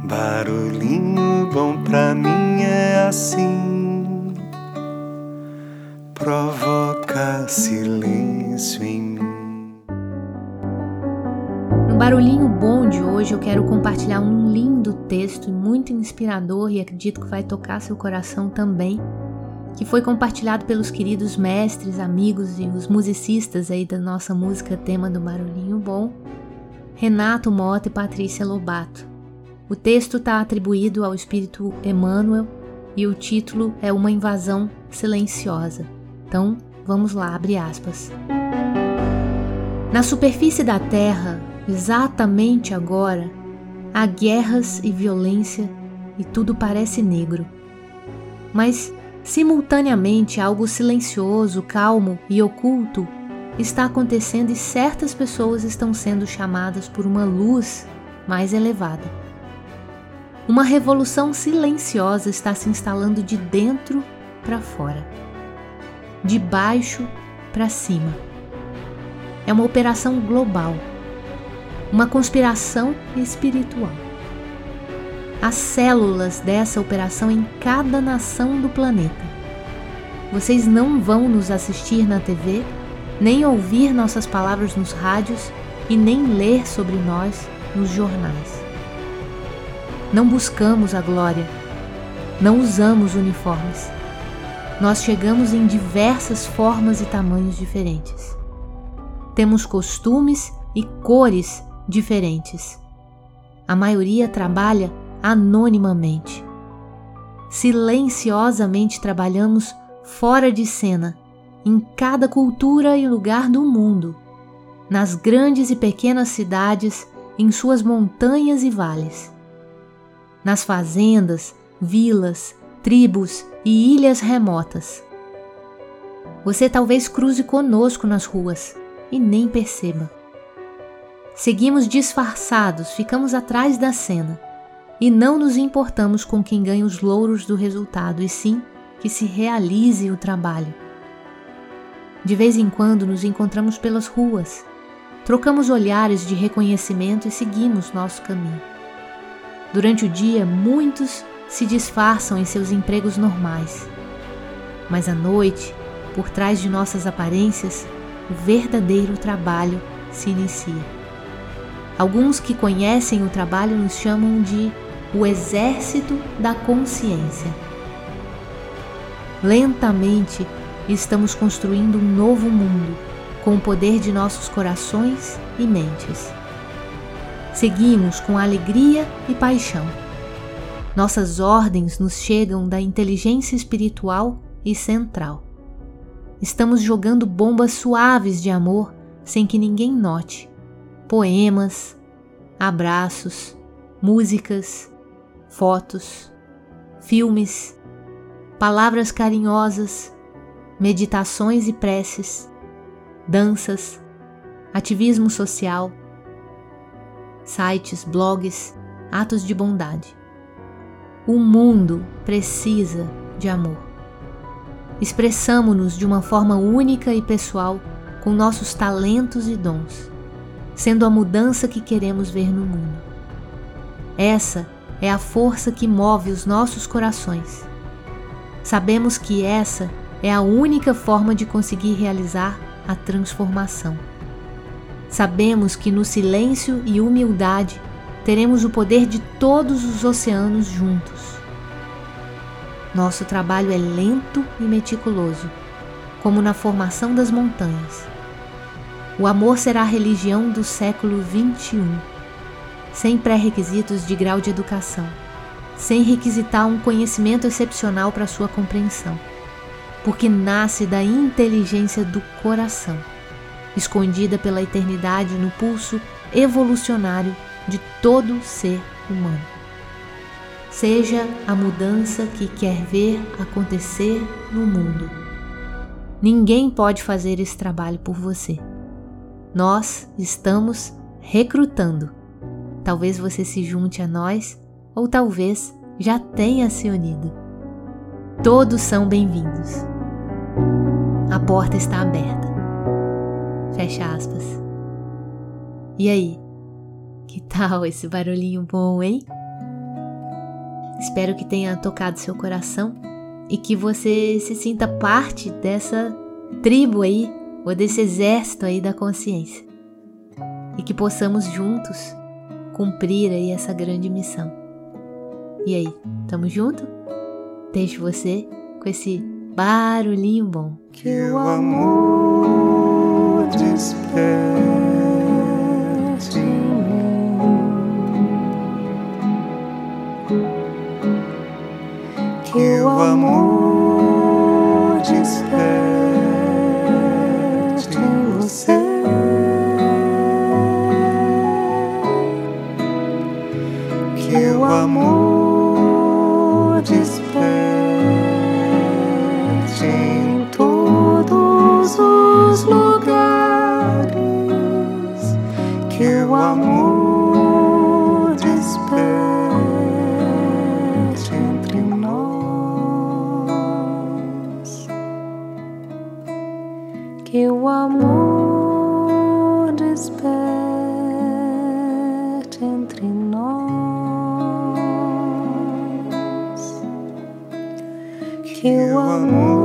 Barulhinho bom pra mim é assim, provoca silêncio em mim. No Barulhinho Bom de hoje eu quero compartilhar um lindo texto muito inspirador e acredito que vai tocar seu coração também, que foi compartilhado pelos queridos mestres, amigos e os musicistas aí da nossa música tema do Barulhinho Bom, Renato Mota e Patrícia Lobato. O texto está atribuído ao espírito Emmanuel e o título é Uma Invasão Silenciosa. Então, vamos lá, abre aspas. Na superfície da Terra, exatamente agora, há guerras e violência e tudo parece negro. Mas, simultaneamente, algo silencioso, calmo e oculto está acontecendo e certas pessoas estão sendo chamadas por uma luz mais elevada. Uma revolução silenciosa está se instalando de dentro para fora, de baixo para cima. É uma operação global, uma conspiração espiritual. Há células dessa operação em cada nação do planeta. Vocês não vão nos assistir na TV, nem ouvir nossas palavras nos rádios e nem ler sobre nós nos jornais. Não buscamos a glória, não usamos uniformes. Nós chegamos em diversas formas e tamanhos diferentes. Temos costumes e cores diferentes. A maioria trabalha anonimamente. Silenciosamente trabalhamos fora de cena, em cada cultura e lugar do mundo, nas grandes e pequenas cidades, em suas montanhas e vales. Nas fazendas, vilas, tribos e ilhas remotas. Você talvez cruze conosco nas ruas e nem perceba. Seguimos disfarçados, ficamos atrás da cena e não nos importamos com quem ganha os louros do resultado, e sim que se realize o trabalho. De vez em quando nos encontramos pelas ruas, trocamos olhares de reconhecimento e seguimos nosso caminho. Durante o dia, muitos se disfarçam em seus empregos normais. Mas à noite, por trás de nossas aparências, o verdadeiro trabalho se inicia. Alguns que conhecem o trabalho nos chamam de o exército da consciência. Lentamente, estamos construindo um novo mundo, com o poder de nossos corações e mentes. Seguimos com alegria e paixão. Nossas ordens nos chegam da inteligência espiritual e central. Estamos jogando bombas suaves de amor sem que ninguém note. Poemas, abraços, músicas, fotos, filmes, palavras carinhosas, meditações e preces, danças, ativismo social, sites, blogs, atos de bondade. O mundo precisa de amor. Expressamo-nos de uma forma única e pessoal com nossos talentos e dons, sendo a mudança que queremos ver no mundo. Essa é a força que move os nossos corações. Sabemos que essa é a única forma de conseguir realizar a transformação. Sabemos que no silêncio e humildade teremos o poder de todos os oceanos juntos. Nosso trabalho é lento e meticuloso, como na formação das montanhas. O amor será a religião do século XXI, sem pré-requisitos de grau de educação, sem requisitar um conhecimento excepcional para sua compreensão, porque nasce da inteligência do coração, escondida pela eternidade no pulso evolucionário de todo ser humano. Seja a mudança que quer ver acontecer no mundo. Ninguém pode fazer esse trabalho por você. Nós estamos recrutando. Talvez você se junte a nós, ou talvez já tenha se unido. Todos são bem-vindos. A porta está aberta. Fecha aspas. E aí? Que tal esse barulhinho bom, hein? Espero que tenha tocado seu coração e que você se sinta parte dessa tribo aí, ou desse exército aí da consciência. E que possamos juntos cumprir aí essa grande missão. E aí, tamo junto? Deixo você com esse barulhinho bom. Que o amor desperte em mim. Que o amor desperte em você. Que o amor desperte em todos os lugares. Que o amor desperte entre nós. Que o amor desperte entre nós. Que o amor